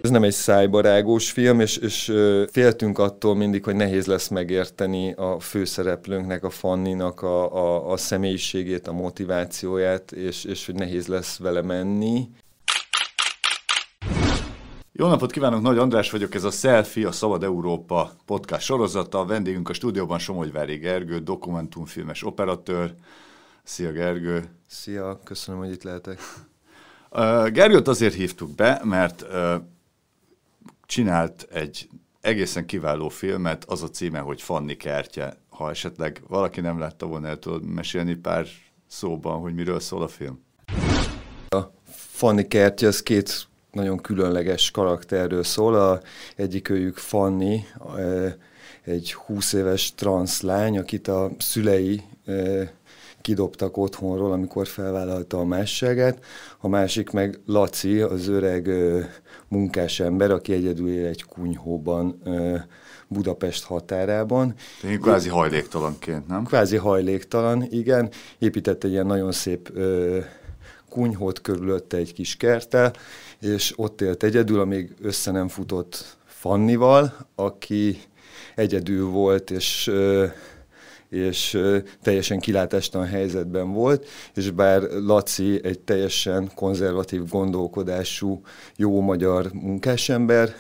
ez nem egy szájbarágós film, és féltünk attól mindig, hogy nehéz lesz megérteni a főszereplőnknek, a Fanninak a személyiségét, a motivációját, és hogy nehéz lesz vele menni. Jó napot kívánok, Nagy András vagyok, ez a Selfie, a Szabad Európa podcast sorozata. A vendégünk a stúdióban Somogyvári Gergő, dokumentumfilmes operatőr. Szia Gergő! Szia, köszönöm, hogy itt lehetek. Gergőt azért hívtuk be, mert csinált egy egészen kiváló filmet, az a címe, hogy Fanni kertje. Ha esetleg valaki nem látta volna, el tudod mesélni pár szóban, hogy miről szól a film? A Fanni kertje az két nagyon különleges karakterről szól. Egyikőjük Fanni, egy 20 éves transz lány, akit a szülei kidobtak otthonról, amikor felvállalta a másságát. A másik meg Laci, az öreg munkás ember, aki egyedül él egy kunyhóban Budapest határában. Kvázi hajléktalanként, nem? Kvázi hajléktalan, igen. Épített egy ilyen nagyon szép kunyhót, körülötte egy kis kerttel, és ott élt egyedül, amíg össze nem futott Fannival, aki egyedül volt, és teljesen kilátástalan helyzetben volt, és bár Laci egy teljesen konzervatív gondolkodású, jó magyar munkásember,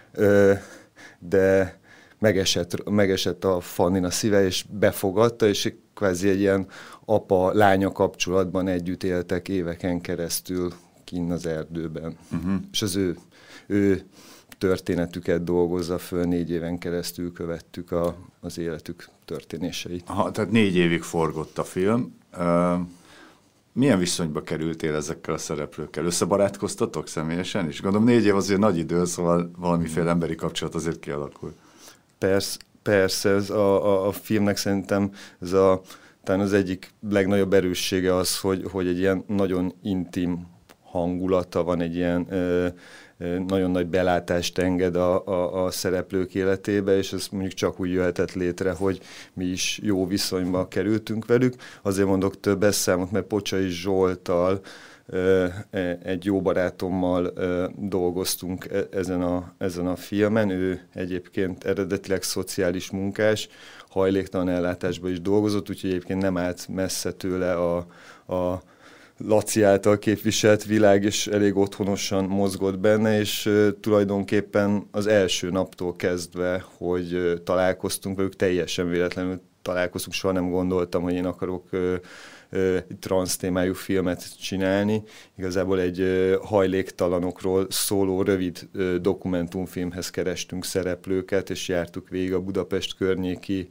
de megesett a Fannin a szíve, és befogadta, és kvázi egy ilyen apa-lánya kapcsolatban együtt éltek éveken keresztül kinn az erdőben. És az ő történetüket dolgozza föl, 4 éven keresztül követtük az életük történéseit. Aha, tehát 4 évig forgott a film. Milyen viszonyba kerültél ezekkel a szereplőkkel? Összebarátkoztatok személyesen is? Gondolom 4 év azért nagy idő, szóval valamiféle emberi kapcsolat azért kialakul. Persze, ez a filmnek szerintem talán az egyik legnagyobb erőssége az, hogy egy ilyen nagyon intim hangulata van, egy ilyen nagyon nagy belátást enged a szereplők életébe, és ez mondjuk csak úgy jöhetett létre, hogy mi is jó viszonyba kerültünk velük. Azért mondok több számot, mert Pocsai Zsolttal, egy jó barátommal dolgoztunk ezen a filmen. Ő egyébként eredetileg szociális munkás, hajléktalan ellátásban is dolgozott, úgyhogy egyébként nem állt messze tőle a Laci által képviselt világ, és elég otthonosan mozgott benne, és tulajdonképpen az első naptól kezdve, hogy találkoztunk velük, teljesen véletlenül találkoztunk, soha nem gondoltam, hogy én akarok transz témájú filmet csinálni. Igazából egy hajléktalanokról szóló rövid dokumentumfilmhez kerestünk szereplőket, és jártuk végig a Budapest környéki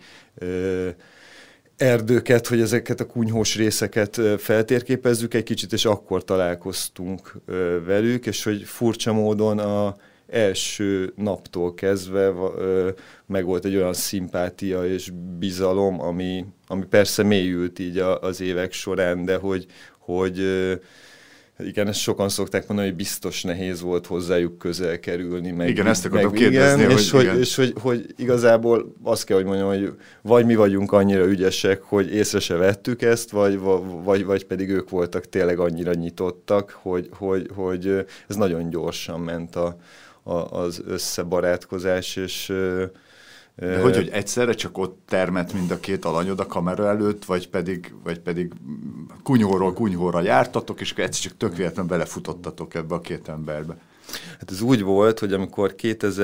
erdőket, hogy ezeket a kunyhós részeket feltérképezzük egy kicsit, és akkor találkoztunk velük, és hogy furcsa módon az első naptól kezdve megvolt egy olyan szimpátia és bizalom, ami persze mélyült így az évek során, de hogy igen, ezt sokan szokták mondani, hogy biztos nehéz volt hozzájuk közel kerülni. Igen, ezt akartam kérdezni. És hogy igazából azt kell, hogy mondjam, hogy vagy mi vagyunk annyira ügyesek, hogy észre se vettük ezt, vagy pedig ők voltak tényleg annyira nyitottak, hogy ez nagyon gyorsan ment az összebarátkozás, és de hogy egyszerre csak ott termett mind a két alanyod a kamera előtt, vagy pedig kunyhóra jártatok, és akkor egyszer csak tök véletlenül belefutottatok ebbe a két emberbe? Hát ez úgy volt, hogy amikor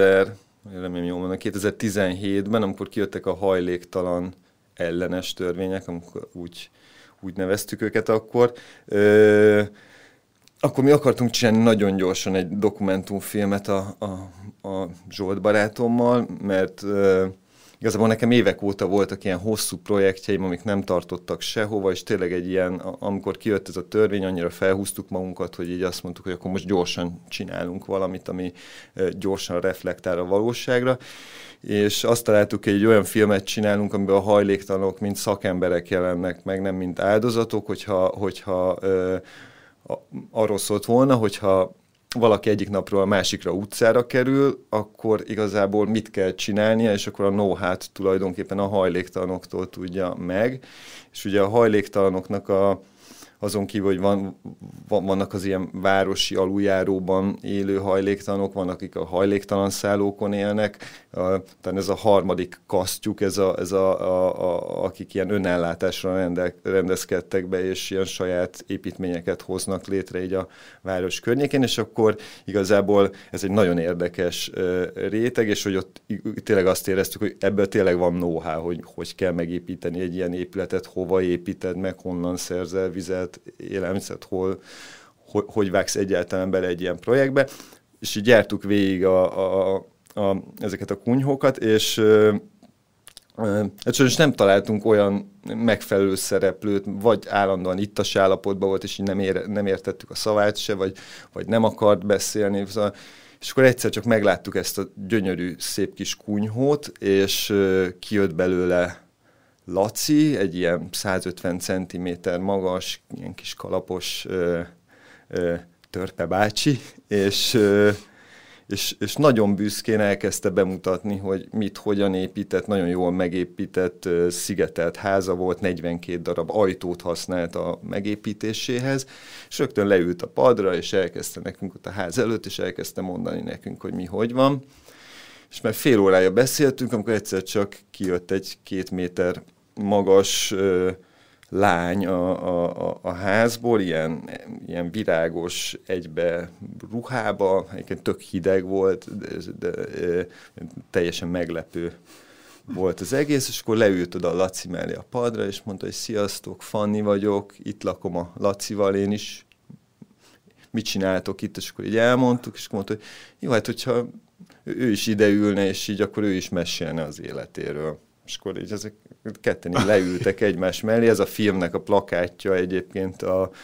2017-ben, amikor kijöttek a hajléktalan ellenes törvények, amikor úgy neveztük őket akkor mi akartunk csinálni nagyon gyorsan egy dokumentumfilmet a Zsolt barátommal, mert igazából nekem évek óta voltak ilyen hosszú projektjeim, amik nem tartottak sehova, és tényleg egy ilyen, amikor kijött ez a törvény, annyira felhúztuk magunkat, hogy így azt mondtuk, hogy akkor most gyorsan csinálunk valamit, ami gyorsan reflektál a valóságra, és azt találtuk, hogy egy olyan filmet csinálunk, amiben a hajléktalanok mint szakemberek jelennek meg, nem mint áldozatok, hogyha arról szólt volna, hogyha valaki egyik napról a másikra utcára kerül, akkor igazából mit kell csinálnia, és akkor a know-how-t tulajdonképpen a hajléktalanoktól tudja meg. És ugye a hajléktalanoknak azon kívül, hogy vannak az ilyen városi aluljáróban élő hajléktalanok, vannak, akik a hajléktalan szállókon élnek, talán ez a harmadik kasztjuk, akik ilyen önellátásra rendezkedtek be, és ilyen saját építményeket hoznak létre így a város környékén, és akkor igazából ez egy nagyon érdekes réteg, és hogy ott tényleg azt éreztük, hogy ebből tényleg van know-how, hogy kell megépíteni egy ilyen épületet, hova építed meg, honnan szerzel vizet, élelmiszert, hogy vágsz egyáltalán bele egy ilyen projektbe, és így jártuk végig ezeket a kunyhókat, és sajnos nem találtunk olyan megfelelő szereplőt, vagy állandóan ittas állapotban volt, és így nem értettük a szavát se, vagy nem akart beszélni, szóval, és akkor egyszer csak megláttuk ezt a gyönyörű, szép kis kunyhót, és kijött belőle Laci, egy ilyen 150 cm magas, ilyen kis kalapos törpe bácsi, és nagyon büszkén elkezdte bemutatni, hogy hogyan épített, nagyon jól megépített, szigetelt háza volt, 42 darab ajtót használt a megépítéséhez, és rögtön leült a padra, és elkezdte nekünk ott a ház előtt, és elkezdte mondani nekünk, hogy mi hogy van. És már fél órája beszéltünk, amikor egyszer csak kijött egy 2 méter magas lány a házból, ilyen virágos egybe ruhába, egyébként tök hideg volt, de teljesen meglepő volt az egész, és akkor leült oda a Laci mellé a padra, és mondta, hogy sziasztok, Fanni vagyok, itt lakom a Lacival, én is, mit csináltok itt, és akkor így elmondtuk, és akkor mondta, hogy jó, hát hogyha ő is ide ülne, és így akkor ő is mesélne az életéről. És akkor így ezek ketten így leültek egymás mellé. Ez a filmnek a plakátja egyébként,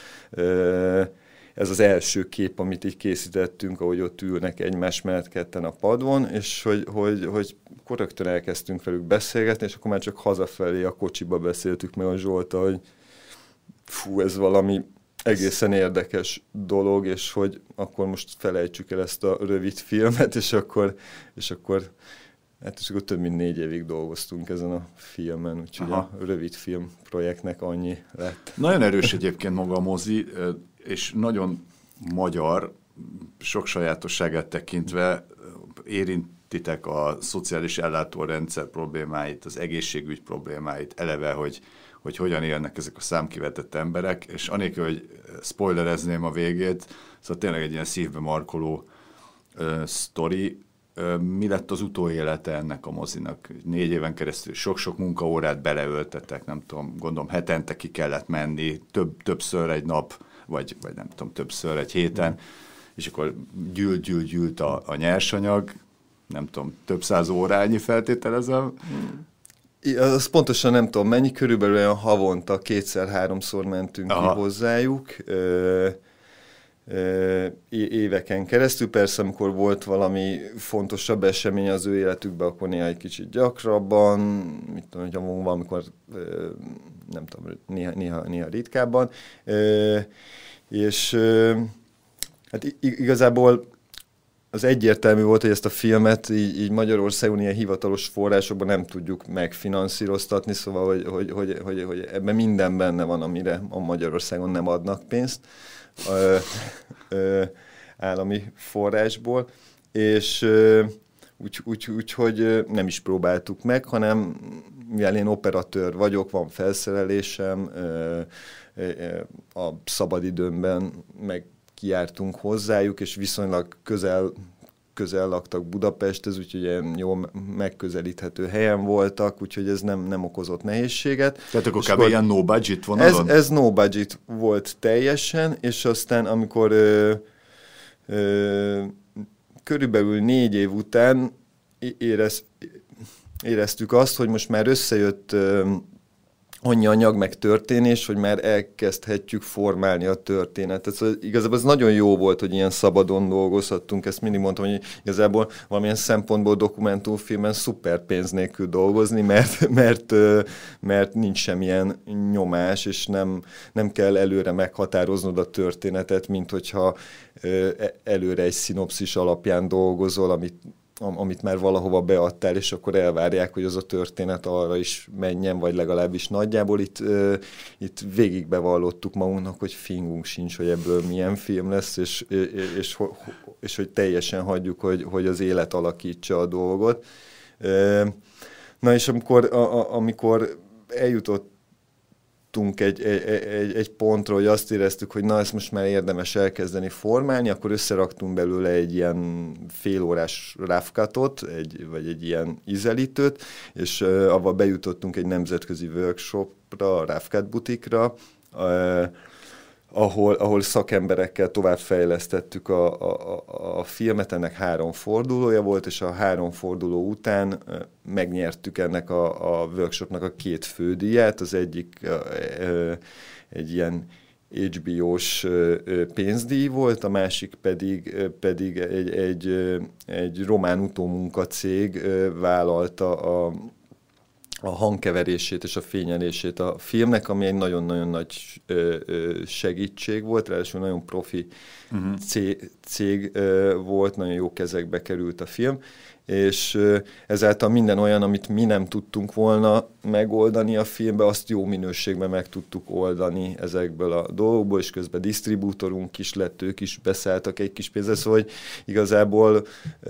ez az első kép, amit így készítettünk, ahogy ott ülnek egymás mellett ketten a padon, és hogy akkor rögtön elkezdtünk velük beszélgetni, és akkor már csak hazafelé a kocsiba beszéltük meg a Zsolta, hogy fú, ez valami egészen érdekes dolog, és hogy akkor most felejtsük el ezt a rövid filmet, és akkor több mint 4 évig dolgoztunk ezen a filmen, úgyhogy a rövid film projektnek annyi lett. Nagyon erős egyébként maga a mozi, és nagyon magyar, sok sajátosságát tekintve érintitek a szociális ellátórendszer problémáit, az egészségügy problémáit, eleve, hogy hogyan élnek ezek a számkivetett emberek, és anélkül, hogy spoilerezném a végét, szóval tényleg egy ilyen szívbe markoló sztori. Mi lett az utóélete ennek a mozinak? 4 éven keresztül sok-sok munkaórát beleöltetek, nem tudom, gondolom hetente ki kellett menni, többször egy nap, vagy nem tudom, többször egy héten, és akkor gyűlt a nyersanyag, nem tudom, több száz órányi feltételezem. Azt pontosan nem tudom mennyi, körülbelül olyan havonta 2-3-szor mentünk ki hozzájuk, éveken keresztül. Persze, amikor volt valami fontosabb esemény az ő életükben, akkor néha egy kicsit gyakrabban, mit tudom, hogy valamikor nem tudom, néha ritkábban. És hát igazából az egyértelmű volt, hogy ezt a filmet így Magyarországon ilyen hivatalos forrásokban nem tudjuk megfinanszíroztatni, szóval, hogy ebben minden benne van, amire a Magyarországon nem adnak pénzt állami forrásból, és úgyhogy nem is próbáltuk meg, hanem mivel én operatőr vagyok, van felszerelésem, a szabadidőmben meg kijártunk hozzájuk, és viszonylag közel laktak Budapesthez, úgyhogy ilyen jól megközelíthető helyen voltak, úgyhogy ez nem okozott nehézséget. Tehát akkor kb. Ilyen no budget vonalon? Ez no budget volt teljesen, és aztán amikor körülbelül 4 év után éreztük azt, hogy most már összejött annyi anyag meg történés, hogy már elkezdhetjük formálni a történetet. Szóval igazából ez nagyon jó volt, hogy ilyen szabadon dolgozhattunk. Ezt mindig mondtam, hogy igazából valamilyen szempontból dokumentumfilmen szuper pénz nélkül dolgozni, mert nincs semmilyen nyomás, és nem kell előre meghatároznod a történetet, mint hogyha előre egy szinopszis alapján dolgozol, amit amit már valahova beadtál, és akkor elvárják, hogy az a történet arra is menjen, vagy legalábbis nagyjából itt végig bevallottuk magunknak, hogy fingunk sincs, hogy ebből milyen film lesz, és hogy teljesen hagyjuk, hogy az élet alakítsa a dolgot. Na és amikor eljutottunk egy pontra, hogy azt éreztük, hogy na, ezt most már érdemes elkezdeni formálni, akkor összeraktunk belőle egy ilyen félórás rough cutot, vagy egy ilyen ízelítőt, és avval bejutottunk egy nemzetközi workshopra, a Rough Cut butikra, ahol szakemberekkel továbbfejlesztettük a filmet, ennek 3 fordulója volt, és a 3 forduló után megnyertük ennek a workshopnak a 2 fődíját, az egyik egy ilyen HBO-s pénzdíj volt, a másik pedig egy román utómunkacég vállalta a hangkeverését és a fényelését a filmnek, ami egy nagyon-nagyon nagy segítség volt, ráadásul nagyon profi cég volt, nagyon jó kezekbe került a film, és ezáltal minden olyan, amit mi nem tudtunk volna megoldani a filmbe, azt jó minőségben meg tudtuk oldani ezekből a dolgokból, és közben disztribútorunk is lett, ők is beszálltak egy kis pénzre, szóval hogy igazából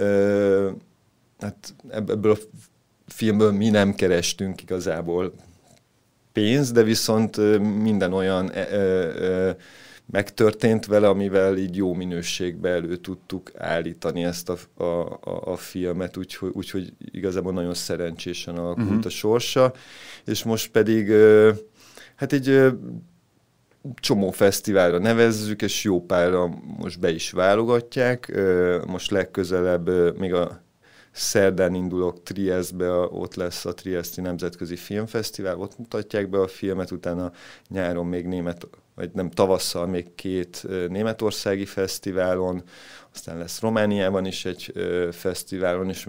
hát ebből a filmből mi nem kerestünk igazából pénzt, de viszont minden olyan megtörtént vele, amivel így jó minőségbe elő tudtuk állítani ezt a filmet, úgyhogy igazából nagyon szerencsésen alakult a sorsa, és most pedig hát egy csomó fesztiválra nevezzük, és jó párra most be is válogatják. Most legközelebb még a szerdán indulok Triesztbe, ott lesz a Trieszti Nemzetközi Filmfesztivál, ott mutatják be a filmet, utána nyáron még tavasszal még 2 németországi fesztiválon, aztán lesz Romániában is egy fesztiválon, és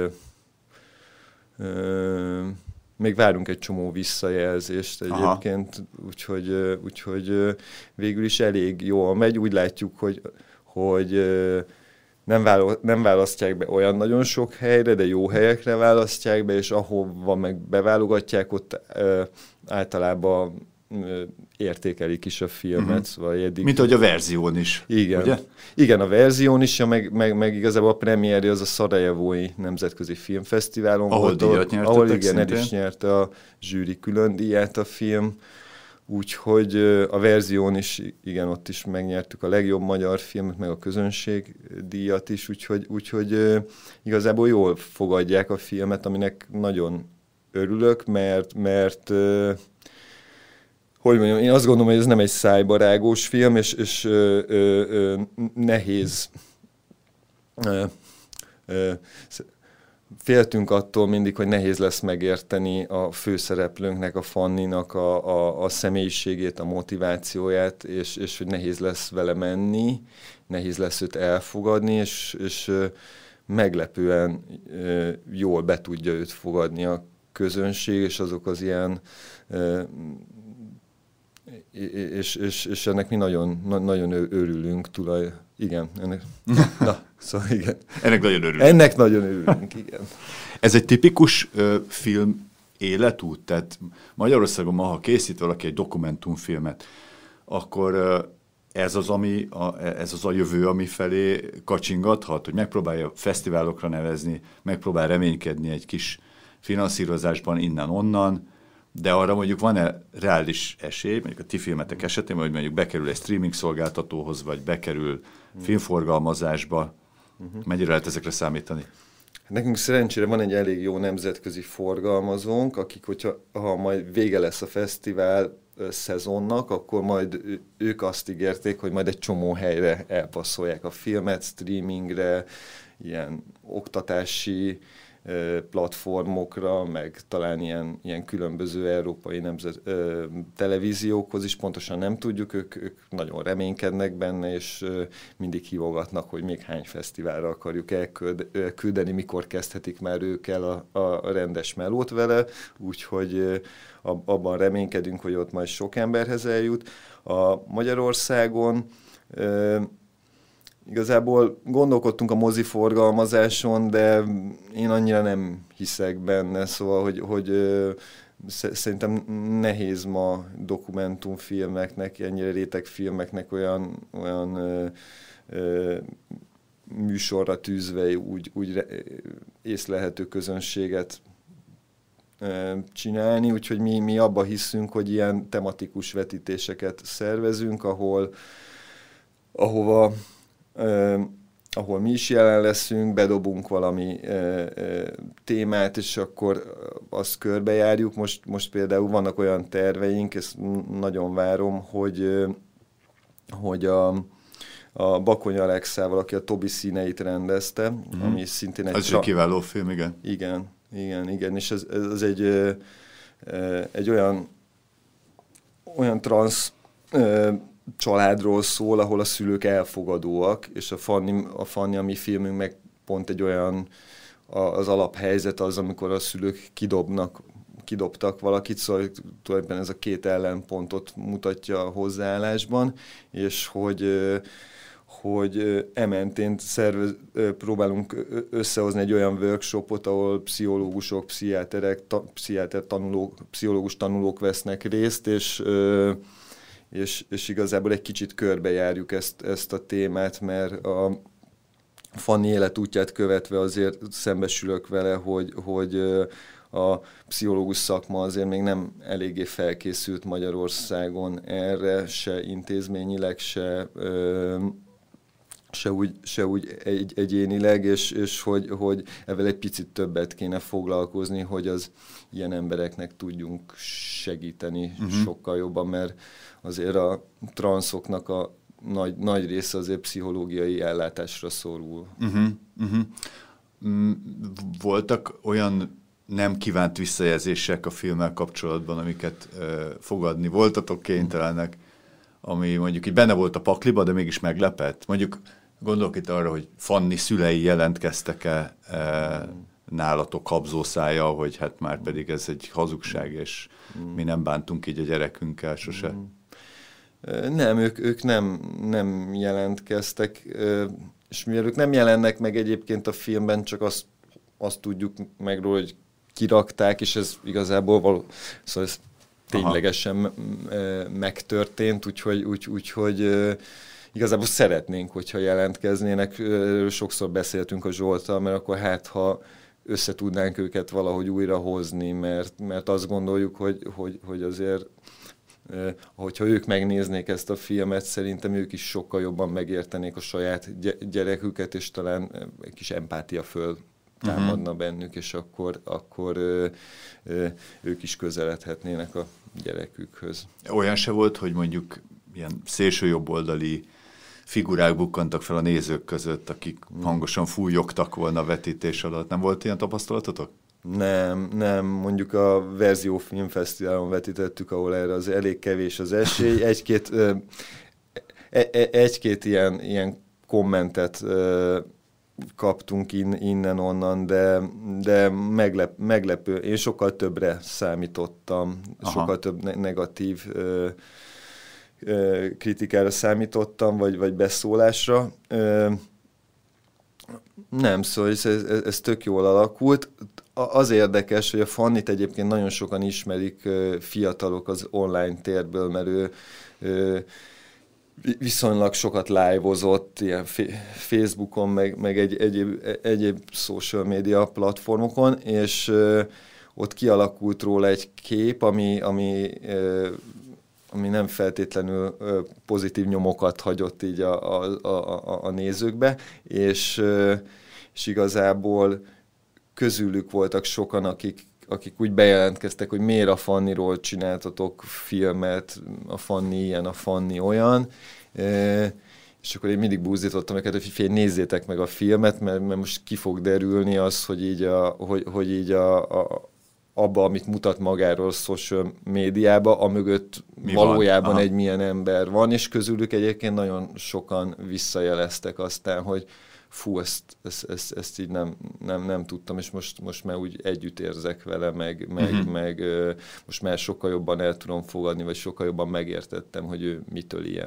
még várunk egy csomó visszajelzést egyébként, úgyhogy végül is elég jól megy. Úgy látjuk, hogy nem választják be olyan nagyon sok helyre, de jó helyekre választják be, és ahova meg beválogatják, ott általában értékelik is a filmet. Szóval eddig... Mint ahogy a verzión is. Igen, ugye? Igen, a verzión is, meg igazából a premierje az a Szarajevói Nemzetközi Filmfesztiválon ahol volt. Díjat nyertetek, ahol igen, el is nyerte a zsűri külön díját a film. Úgyhogy a verzión is, igen, ott is megnyertük a legjobb magyar filmet, meg a közönség díjat is, úgyhogy igazából jól fogadják a filmet, aminek nagyon örülök, mert hogy mondjam, én azt gondolom, hogy ez nem egy szájbarágós film, és nehéz féltünk attól mindig, hogy nehéz lesz megérteni a főszereplőnknek, a Fanninak a személyiségét, a motivációját, és hogy nehéz lesz vele menni, nehéz lesz őt elfogadni, és meglepően jól be tudja őt fogadni a közönség, és azok az ilyen... És ennek mi nagyon, nagyon örülünk igen, ennek. Na, szóval igen. Ennek nagyon örülünk. Ennek nagyon örülünk, igen. Ez egy tipikus film életút? Tehát Magyarországon ma, ha készít valaki egy dokumentumfilmet, akkor ez az a jövő, ami felé kacsingathat, hogy megpróbálja fesztiválokra nevezni, megpróbál reménykedni egy kis finanszírozásban innen-onnan, de arra mondjuk van-e reális esély, mondjuk a ti filmetek esetében, hogy mondjuk bekerül egy streaming szolgáltatóhoz, vagy bekerül filmforgalmazásba, mennyire lehet ezekre számítani? Nekünk szerencsére van egy elég jó nemzetközi forgalmazónk, akik, ha majd vége lesz a fesztivál szezonnak, akkor majd ők azt ígérték, hogy majd egy csomó helyre elpasszolják a filmet, streamingre, ilyen oktatási platformokra, meg talán ilyen különböző európai televíziókhoz is, pontosan nem tudjuk, ők nagyon reménykednek benne, és mindig hívogatnak, hogy még hány fesztiválra akarjuk elküldeni, mikor kezdhetik már ők el a rendes melót vele, úgyhogy abban reménykedünk, hogy ott majd sok emberhez eljut. A Magyarországon igazából gondolkodtunk a moziforgalmazáson, de én annyira nem hiszek benne, szóval, hogy szerintem nehéz ma dokumentumfilmeknek, ennyire rétegfilmeknek olyan műsorra tűzve úgy észlelhető közönséget csinálni, úgyhogy mi abba hiszünk, hogy ilyen tematikus vetítéseket szervezünk, ahol mi is jelen leszünk, bedobunk valami témát, és akkor azt körbejárjuk. Most például vannak olyan terveink, ezt nagyon várom, hogy a Bakony Alexával, aki a Tobi színeit rendezte, ami szintén egy... Ez egy kiváló film, igen. Igen, és ez egy olyan transz családról szól, ahol a szülők elfogadóak, és a Fanni, a mi filmünk meg pont egy olyan, az alaphelyzet az, amikor a szülők kidobtak valakit, szóval tulajdonképpen ez a két ellenpontot mutatja a hozzáállásban, és hogy ementén próbálunk összehozni egy olyan workshopot, ahol pszichológusok, pszichológus tanulók vesznek részt, és igazából egy kicsit körbejárjuk ezt a témát, mert a Fanni életútját követve azért szembesülök vele, hogy a pszichológus szakma azért még nem eléggé felkészült Magyarországon erre, se intézményileg, se úgy egyénileg, és hogy ezzel egy picit többet kéne foglalkozni, hogy az ilyen embereknek tudjunk segíteni sokkal jobban, mert azért a transzoknak a nagy része azért pszichológiai ellátásra szorul. Voltak olyan nem kívánt visszajelzések a filmmel kapcsolatban, amiket fogadni voltatok kénytelenek, ami mondjuk így benne volt a pakliba, de mégis meglepett? Mondjuk gondolok itt arra, hogy Fanni szülei jelentkeztek-e nálatok habzószája, hogy hát már pedig ez egy hazugság, és mi nem bántunk így a gyerekünkkel sose. Nem, ők nem jelentkeztek, és mivel ők nem jelennek meg egyébként a filmben, csak azt tudjuk meg róla, hogy kirakták, és ez igazából szóval ez ténylegesen megtörtént, úgyhogy igazából szeretnénk, hogyha jelentkeznének. Sokszor beszéltünk a Zsolttal, mert akkor ha összetudnánk őket valahogy újra hozni, mert azt gondoljuk, hogy azért hogyha ők megnéznék ezt a filmet, szerintem ők is sokkal jobban megértenék a saját gyereküket, és talán egy kis empátia föl támadna bennük, és akkor ők is közeledhetnének a gyerekükhöz. Olyan se volt, hogy mondjuk ilyen szélső jobboldali figurák bukkantak fel a nézők között, akik hangosan fújogtak volna a vetítés alatt. Nem volt ilyen tapasztalatotok? Nem. Mondjuk a Verzió Filmfesztiválon vetítettük, ahol erre az elég kevés az esély. Egy-két ilyen kommentet kaptunk innen-onnan, de meglepő. Én sokkal többre számítottam, sokkal több negatív kritikára számítottam, vagy beszólásra. Nem, szóval ez tök jól alakult. Az érdekes, hogy a Fannit egyébként nagyon sokan ismerik fiatalok az online térből, mert ő viszonylag sokat live-ozott ilyen Facebookon, meg egyéb social media platformokon, és ott kialakult róla egy kép, ami nem feltétlenül pozitív nyomokat hagyott így a nézőkbe, és igazából közülük voltak sokan, akik úgy bejelentkeztek, hogy miért a Fanniról csináltatok filmet, a Fanni ilyen, a Fanni olyan, és akkor én mindig búzdítottam őket, hogy nézzétek meg a filmet, mert most ki fog derülni az, hogy így abba, amit mutat magáról a social médiába, amögött valójában egy milyen ember van, és közülük egyébként nagyon sokan visszajeleztek aztán, hogy fú, ezt így nem tudtam, és most már úgy együtt érzek vele, meg most már sokkal jobban el tudom fogadni, vagy sokkal jobban megértettem, hogy ő mitől ilyen.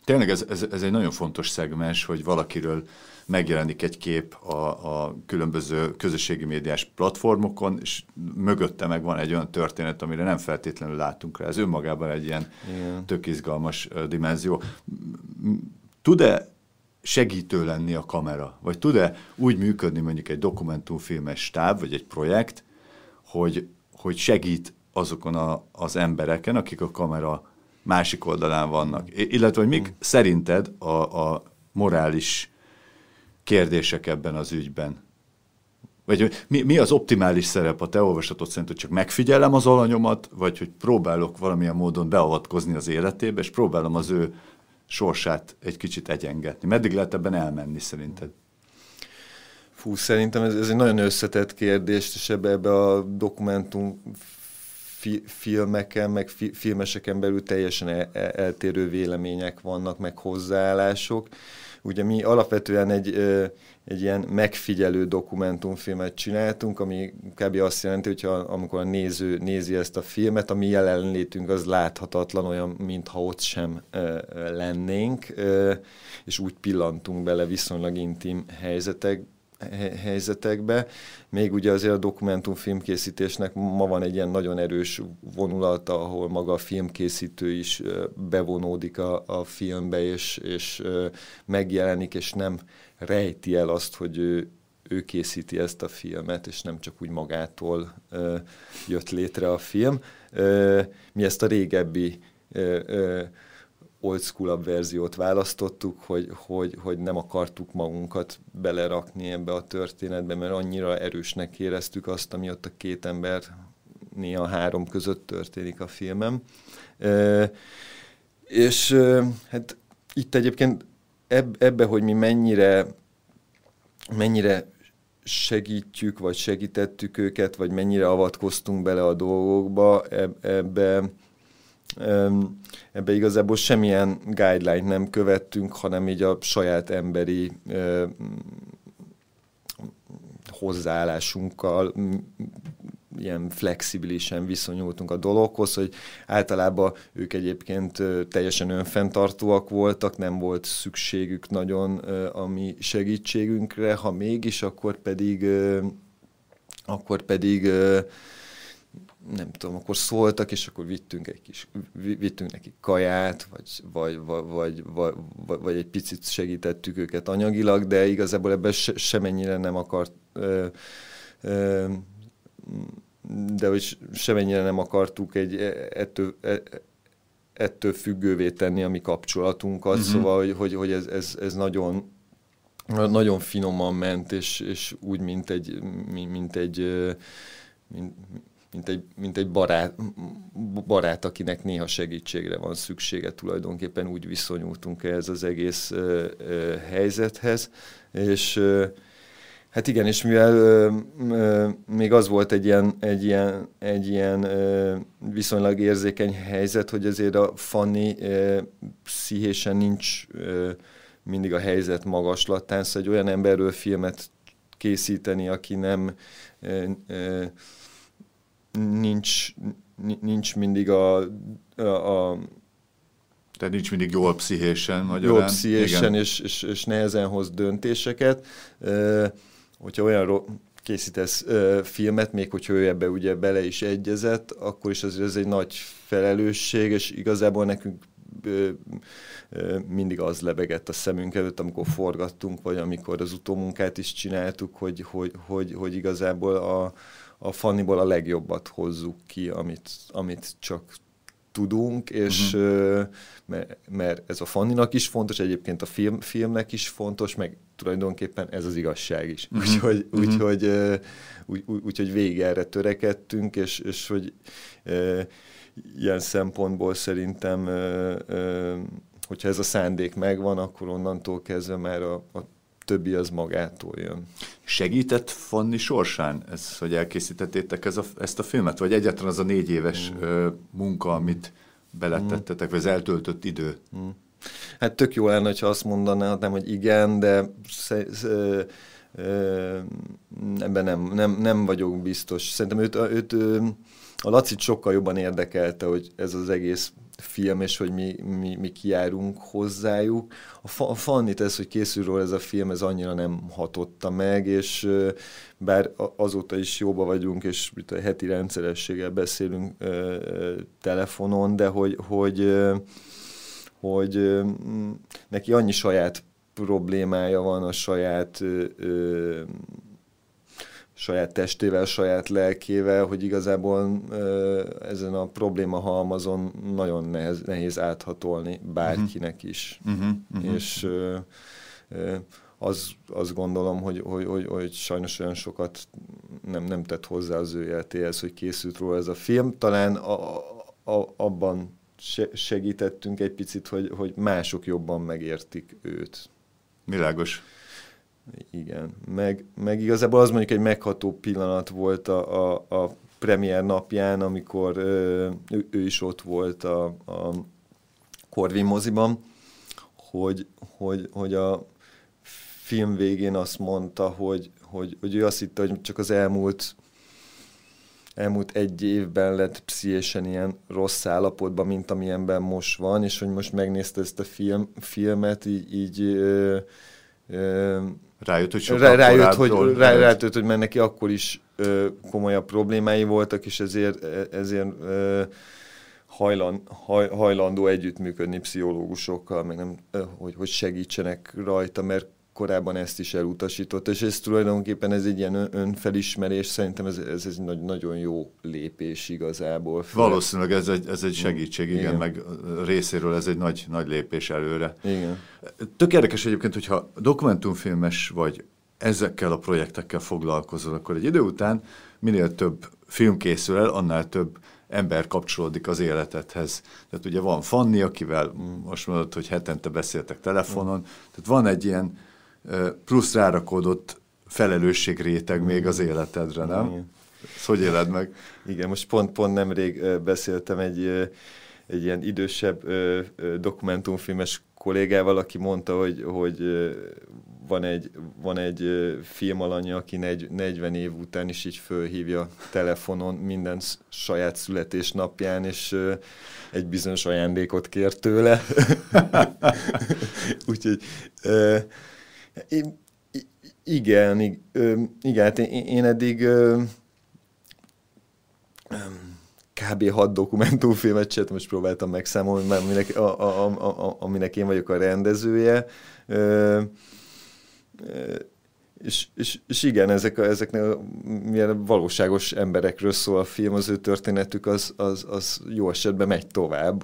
Tényleg ez egy nagyon fontos szegmens, hogy valakiről megjelenik egy kép a különböző közösségi médiás platformokon, és mögötte meg van egy olyan történet, amire nem feltétlenül látunk rá. Ez önmagában egy ilyen tök izgalmas dimenzió. Tud-e segítő lenni a kamera? Vagy tud-e úgy működni mondjuk egy dokumentumfilmes stáb, vagy egy projekt, hogy segít azokon az embereken, akik a kamera másik oldalán vannak? Illetve, hogy mik szerinted a morális kérdések ebben az ügyben? Vagy mi az optimális szerep a te olvasatod szerint, hogy csak megfigyelem az alanyomat, vagy hogy próbálok valamilyen módon beavatkozni az életébe, és próbálom az ő sorsát egy kicsit egyengetni? Meddig lehet ebben elmenni szerinted? Szerintem ez egy nagyon összetett kérdés, és ebbe a dokumentum filmeken, meg filmeseken belül teljesen eltérő vélemények vannak, meg hozzáállások. Ugye mi alapvetően egy ilyen megfigyelő dokumentumfilmet csináltunk, ami kb. Azt jelenti, hogy amikor a néző nézi ezt a filmet, a mi jelenlétünk az láthatatlan, olyan, mintha ott sem lennénk, és úgy pillantunk bele viszonylag intim helyzetekbe. Még ugye azért a dokumentumfilmkészítésnek ma van egy ilyen nagyon erős vonulata, ahol maga a filmkészítő is bevonódik a filmbe, és megjelenik, és nem rejti el azt, hogy ő készíti ezt a filmet, és nem csak úgy magától jött létre a film. Mi ezt a régebbi old school-abb verziót választottuk, hogy nem akartuk magunkat belerakni ebbe a történetbe, mert annyira erősnek éreztük azt, ami ott a két ember, néha 3 között történik a filmem. És hát itt egyébként ebbe, hogy mi mennyire segítjük, vagy segítettük őket, vagy mennyire avatkoztunk bele a dolgokba, ebbe igazából semmilyen guideline-t nem követtünk, hanem így a saját emberi hozzáállásunkkal ilyen flexibilisen viszonyultunk a dologhoz, hogy általában ők egyébként teljesen önfenntartóak voltak, nem volt szükségük nagyon a mi segítségünkre, ha mégis, akkor pedig nem tudom, akkor szóltak, és akkor vittünk nekik kaját, vagy egy picit segítettük őket anyagilag, de igazából ebben semennyire nem akart, de hogy semennyire nem akartuk ettől függővé tenni a mi kapcsolatunkat, szóval, hogy ez nagyon, nagyon finoman ment, és úgy, mint egy barát, akinek néha segítségre van szüksége, tulajdonképpen úgy viszonyultunk ehhez az egész helyzethez, és hát igen, és mivel még az volt egy ilyen viszonylag érzékeny helyzet, hogy azért a Fanny pszichésen nincs mindig a helyzet magaslatán, szóval egy olyan emberről filmet készíteni, aki nem nincs mindig tehát nincs mindig jól pszichésen magyarán. Jól pszichésen, és nehezen hoz döntéseket. Hogyha olyan készítesz filmet, még hogyha ő ebbe ugye bele is egyezett, akkor is azért ez egy nagy felelősség, és igazából nekünk mindig az lebegett a szemünk előtt, amikor forgattunk, vagy amikor az utómunkát is csináltuk, hogy igazából a Fannyból a legjobbat hozzuk ki, amit csak tudunk, és mert ez a Fannynak is fontos, egyébként a filmnek is fontos, meg tulajdonképpen ez az igazság is. Úgyhogy végig erre törekedtünk, és hogy ilyen szempontból szerintem, hogyha ez a szándék megvan, akkor onnantól kezdve már a többi az magától jön. Segített Fanny sorsán ez, hogy elkészítettétek ezt a filmet? Vagy egyáltalán az a 4 éves munka, amit beletettetek, vagy az eltöltött idő? Hát tök jó lenne, ha azt mondanám, hogy igen, de ebben nem vagyok biztos. Szerintem őt a Lacit sokkal jobban érdekelte, hogy ez az egész film, és hogy mi kiárunk hozzájuk. A Fannit ez, hogy készül róla ez a film, ez annyira nem hatotta meg, és bár azóta is jóba vagyunk, és a heti rendszerességgel beszélünk telefonon, de hogy neki annyi saját problémája van a saját testével, saját lelkével, hogy igazából ezen a probléma halmazon nagyon nehéz áthatolni bárkinek is. És azt gondolom, hogy sajnos olyan sokat nem tett hozzá az ő életéhez, hogy készült róla ez a film. Talán abban segítettünk egy picit, hogy mások jobban megértik őt. Világos. Igen. Meg igazából az mondjuk egy megható pillanat volt a premier napján, amikor ő is ott volt a Corvin moziban, hogy a film végén azt mondta, hogy ő azt hitte, hogy csak az elmúlt egy évben lett pszichésen ilyen rossz állapotban, mint amilyenben most van, és hogy most megnézte ezt a filmet, így rájött, hogy mert neki akkor is komolyabb problémái voltak, és ezért hajlandó együttműködni pszichológusokkal, meg nem, hogy segítsenek rajta, mert korábban ezt is elutasított, és ez tulajdonképpen ez egy ilyen önfelismerés, szerintem ez egy nagyon jó lépés igazából. Valószínűleg ez egy segítség, igen, meg részéről ez egy nagy lépés előre. Igen. Tök érdekes egyébként, hogyha dokumentumfilmes vagy ezekkel a projektekkel foglalkozol, akkor egy idő után minél több film készül el, annál több ember kapcsolódik az életedhez. Tehát ugye van Fanni, akivel most mondod, hogy hetente beszéltek telefonon, tehát van egy ilyen plusz rárakódott felelősségréteg még az életedre, nem? Igen. Ezt hogy éled meg? Igen, most pont nemrég beszéltem egy ilyen idősebb dokumentumfilmes kollégával, aki mondta, hogy van egy filmalanya, aki 40 év után is így fölhívja telefonon minden saját születésnapján, és egy bizonyos ajándékot kér tőle. Úgyhogy igen, hát én eddig kb. 6 dokumentumfilmet csináltam, most próbáltam megszámolni, aminek én vagyok a rendezője. És igen, ezeknek milyen valóságos emberekről szól a film, az ő történetük, az jó esetben megy tovább,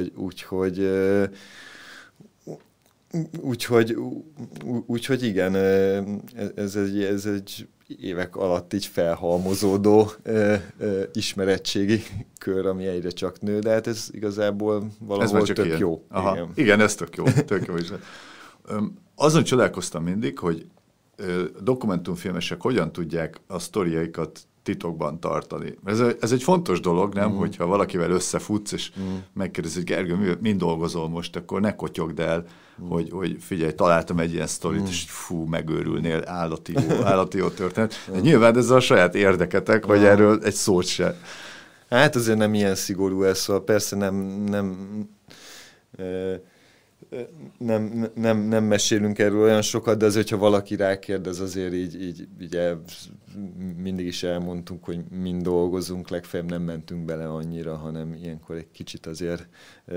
úgyhogy igen, ez egy évek alatt így felhalmozódó ismeretségi kör, ami egyre csak nő, de hát ez igazából valahol tök ilyen. Jó. Igen, ez tök jó. Is. Azon csodálkoztam mindig, hogy dokumentumfilmesek hogyan tudják a sztoriaikat titokban tartani. Ez egy fontos dolog, nem? Hogyha valakivel összefutsz, és megkérdezi, hogy Gergő, min dolgozol most, akkor ne kotyogd el, hogy figyelj, találtam egy ilyen sztorit, és megőrülnél, állati jó történet. De nyilván ez a saját érdeketek, hogy erről egy szót se. Hát azért nem ilyen szigorú ez, szóval persze nem mesélünk erről olyan sokat, de azért, hogyha valaki rákérdez, azért így mindig is elmondtunk, hogy mind dolgozunk, legfeljebb nem mentünk bele annyira, hanem ilyenkor egy kicsit azért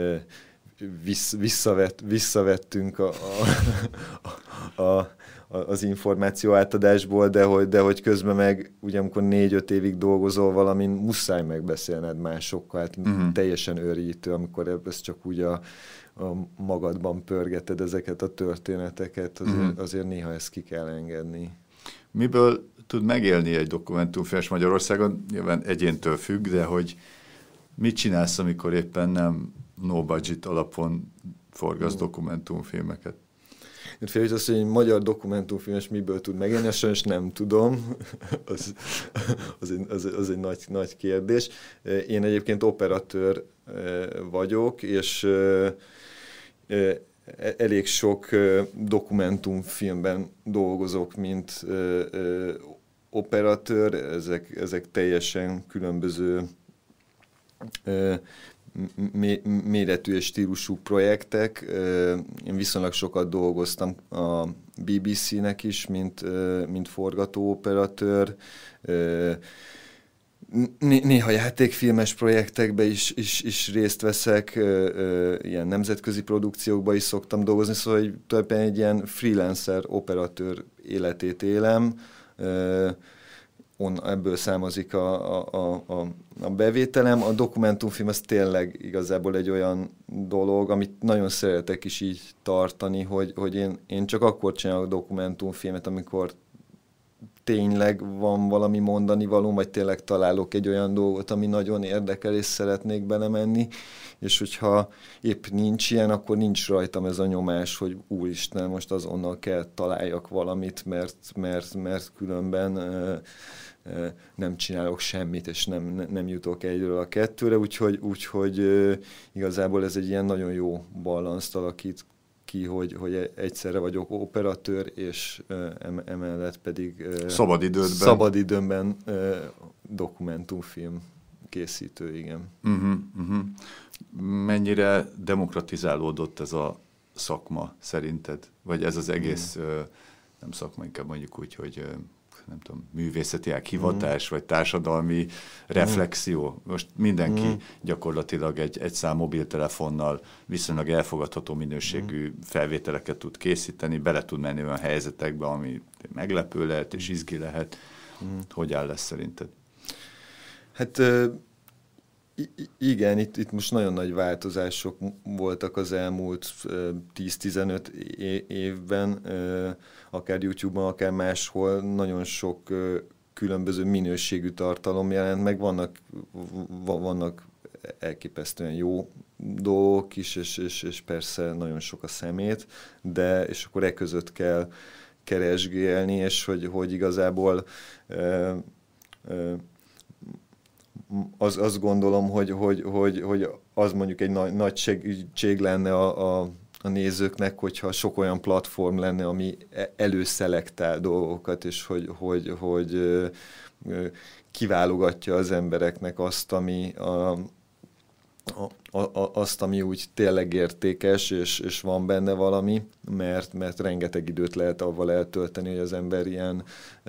visszavettünk az információ átadásból, de hogy közben meg, ugye amikor 4-5 évig dolgozol valamin, muszáj megbeszélned másokkal, hát teljesen őrítő, amikor ezt csak úgy a magadban pörgeted ezeket a történeteket, azért néha ezt ki kell engedni. Miből tud megélni egy dokumentumfilmes Magyarországon? Nyilván egyéntől függ, de hogy mit csinálsz, amikor éppen nem no budget alapon forgasz dokumentumfilmeket? Félre, hogy egy magyar dokumentumfilmes miből tud megélni, azt sajnos nem tudom. Az egy nagy kérdés. Én egyébként operatőr vagyok, és elég sok dokumentumfilmben dolgozok, mint operatőr. Ezek teljesen különböző méretű és stílusú projektek. Én viszonylag sokat dolgoztam a BBC-nek is, mint forgatóoperatőr. Néha játékfilmes projektekbe is részt veszek, ilyen nemzetközi produkciókba is szoktam dolgozni, szóval tulajdonképpen egy ilyen freelancer operatőr életét élem. Ebből származik a bevételem. A dokumentumfilm az tényleg igazából egy olyan dolog, amit nagyon szeretek is így tartani, hogy én csak akkor csinálok dokumentumfilmet, amikor tényleg van valami mondani való, vagy tényleg találok egy olyan dolgot, ami nagyon érdekel, és szeretnék belemenni, és hogyha épp nincs ilyen, akkor nincs rajtam ez a nyomás, hogy úristen, most azonnal kell találjak valamit, mert különben nem csinálok semmit, és nem jutok egyről a kettőre, úgyhogy igazából ez egy ilyen nagyon jó balanszt alakít ki, hogy egyszerre vagyok operatőr, és emellett pedig szabadidőmben dokumentumfilm készítő, igen. Mennyire demokratizálódott ez a szakma szerinted? Vagy ez az egész, nem szakma, inkább mondjuk úgy, hogy nem tudom, művészeti hivatás, vagy társadalmi reflexió. Most mindenki gyakorlatilag egy szám mobiltelefonnal viszonylag elfogadható minőségű felvételeket tud készíteni, bele tud menni olyan helyzetekbe, ami meglepő lehet és izgi lehet. Hogy áll lesz szerinted? Hát igen, itt most nagyon nagy változások voltak az elmúlt 10-15 évben, akár YouTube-on, akár máshol nagyon sok különböző minőségű tartalom jelent meg, vannak elképesztően jó dolgok is, és persze nagyon sok a szemét, és akkor között kell keresgélni, és hogy igazából azt gondolom, hogy az mondjuk egy nagy segítség lenne a nézőknek, hogyha sok olyan platform lenne, ami előszelektál dolgokat, és hogy kiválogatja az embereknek azt, ami úgy tényleg értékes, és van benne valami, mert rengeteg időt lehet avval eltölteni, hogy az ember ilyen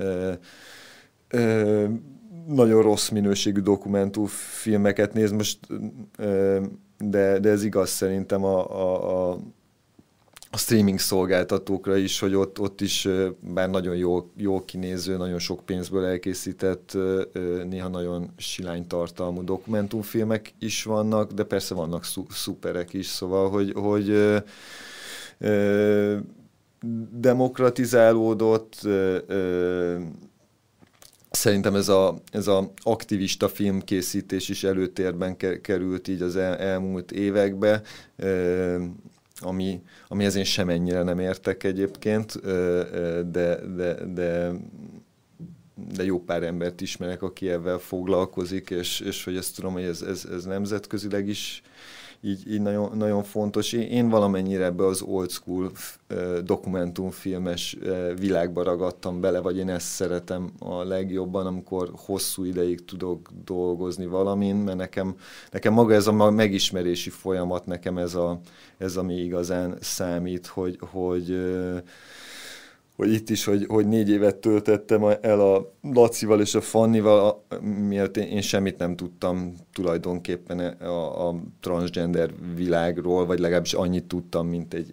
nagyon rossz minőségű dokumentumfilmeket néz most, de ez igaz szerintem a streaming szolgáltatókra is, hogy ott is bár nagyon jó kinéző, nagyon sok pénzből elkészített, néha nagyon silány tartalmú dokumentumfilmek is vannak, de persze vannak szuperek is, szóval, hogy demokratizálódott. Szerintem ez a aktivista filmkészítés is előtérben került így az elmúlt évekbe, amihez én semennyire nem értek egyébként, de jó pár embert ismerek, aki ebben foglalkozik, és hogy ezt tudom, hogy ez nemzetközileg is így nagyon, nagyon fontos. Én valamennyire ebbe az old school dokumentumfilmes világba ragadtam bele, vagy én ezt szeretem a legjobban, amikor hosszú ideig tudok dolgozni valamin, mert nekem maga ez a megismerési folyamat, nekem ez ami igazán számít, hogy itt is, hogy 4 évet töltettem el a Lacival és a Fannival, miatt én semmit nem tudtam tulajdonképpen a transgender világról, vagy legalábbis annyit tudtam, mint egy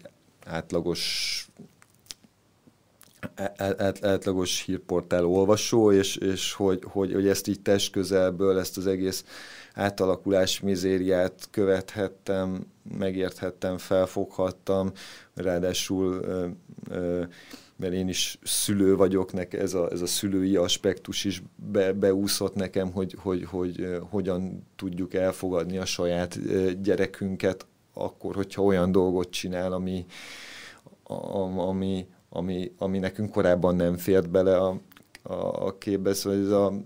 átlagos hírportál olvasó, és hogy ezt így testközelből, ezt az egész átalakulás mizériát követhettem, megérthettem, felfoghattam, ráadásul mert én is szülő vagyok, ez a szülői aspektus is beúszott nekem, hogy hogyan tudjuk elfogadni a saját gyerekünket akkor, hogyha olyan dolgot csinál, ami nekünk korábban nem fért bele a képbe. Szóval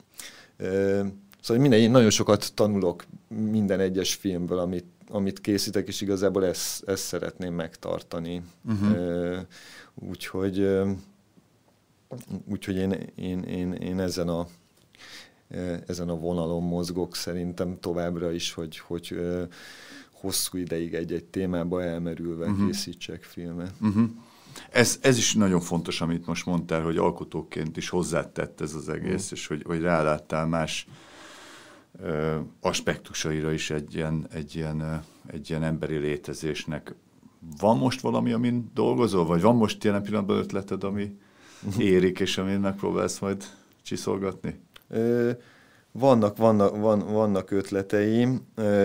én nagyon sokat tanulok minden egyes filmből, amit készítek, és igazából ezt szeretném megtartani. Úgyhogy én ezen a vonalon mozgok szerintem továbbra is, hogy hosszú ideig egy témába elmerülve készítsek filmet. Ez is nagyon fontos, amit most mondtál, hogy alkotóként is hozzátett ez az egész, és hogy ráláttál más aspektusaira is egy ilyen emberi létezésnek. Van most valami, amin dolgozol, vagy van most jelen pillanatban ötleted, ami érik, és amin megpróbálsz majd csiszolgatni? Vannak ötleteim.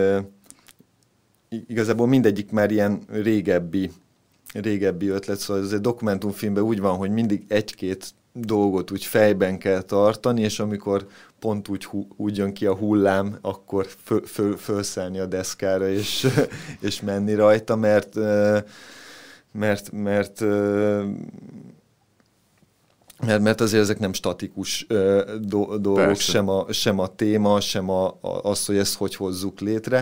Igazából mindegyik már ilyen régebbi ötlet, szóval ez egy dokumentumfilmben úgy van, hogy mindig egy-két dolgot úgy fejben kell tartani, és amikor pont úgy jön ki a hullám, akkor fölszállni a deszkára, és menni rajta, mert azért ezek nem statikus dolgok, sem a téma, sem az, hogy ezt hogy hozzuk létre.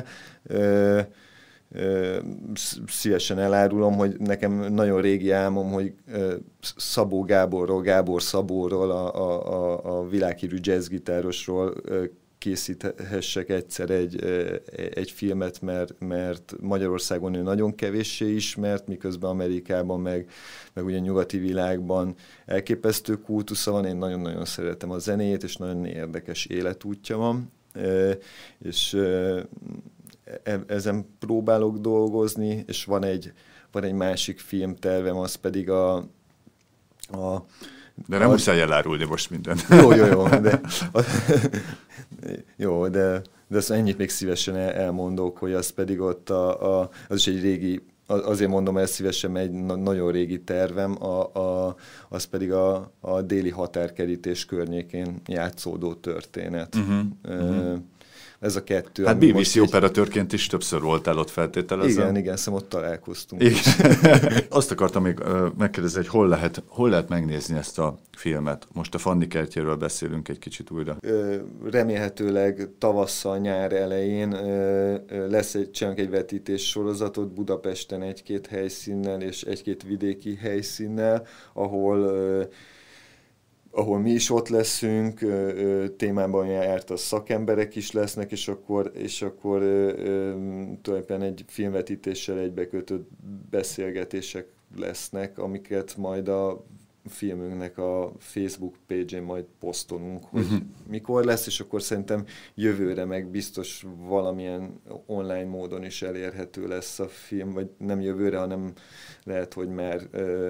Szívesen elárulom, hogy nekem nagyon régi álmom, hogy Szabó Gábor Szabóról, a világhírű jazzgitárosról készíthessek egyszer egy filmet, mert Magyarországon ő nagyon kevéssé ismert, miközben Amerikában, meg ugye nyugati világban elképesztő kultusza van. Én nagyon-nagyon szeretem a zenét, és nagyon érdekes életútja van. És ezen próbálok dolgozni, és van egy másik filmtervem, az pedig de nem muszáj elárulni most mindent. Jó, de ezt ennyit még szívesen elmondok, hogy az pedig ott az is egy régi, azért mondom el szívesen, egy nagyon régi tervem, az pedig a déli határkerítés környékén játszódó történet. Ez a kettő. Hát BBC operatőrként is többször voltál ott, feltételezem. Igen, szóval ott találkoztunk. Azt akartam még megkérdezni, hogy hol lehet megnézni ezt a filmet? Most a Fanni kertjéről beszélünk egy kicsit újra. Remélhetőleg tavasszal, nyár elején csinálunk egy vetítés sorozatot Budapesten egy-két helyszínnel és egy-két vidéki helyszínnel, ahol mi is ott leszünk, témában járt a szakemberek is lesznek, és akkor tulajdonképpen egy filmvetítéssel egybekötött beszélgetések lesznek, amiket majd a filmünknek a Facebook page-én majd posztolunk, hogy mikor lesz, és akkor szerintem jövőre meg biztos valamilyen online módon is elérhető lesz a film, vagy nem jövőre, hanem lehet, hogy már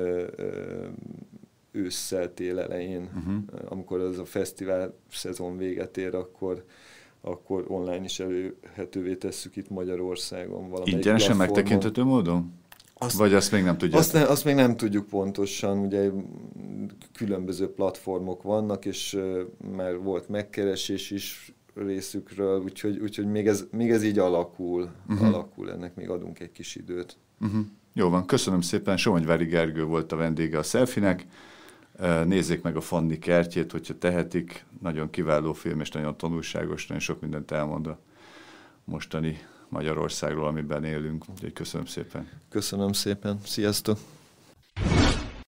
ősszel, tél elején, amikor az a fesztivál szezon véget ér, akkor online is elérhetővé tesszük itt Magyarországon valamelyik ingyenesen megtekinthető módon? Vagy azt még nem tudjuk? Azt még nem tudjuk pontosan, ugye különböző platformok vannak, és már volt megkeresés is részükről, úgyhogy még ez így alakul, ennek még adunk egy kis időt. Jó van, köszönöm szépen, Somonyvári Gergő volt a vendége a Selfie-nek. Nézzék meg a Fanni kertjét, hogyha tehetik. Nagyon kiváló film, és nagyon tanulságos, nagyon sok mindent elmond a mostani Magyarországról, amiben élünk. Úgyhogy köszönöm szépen. Köszönöm szépen. Sziasztok!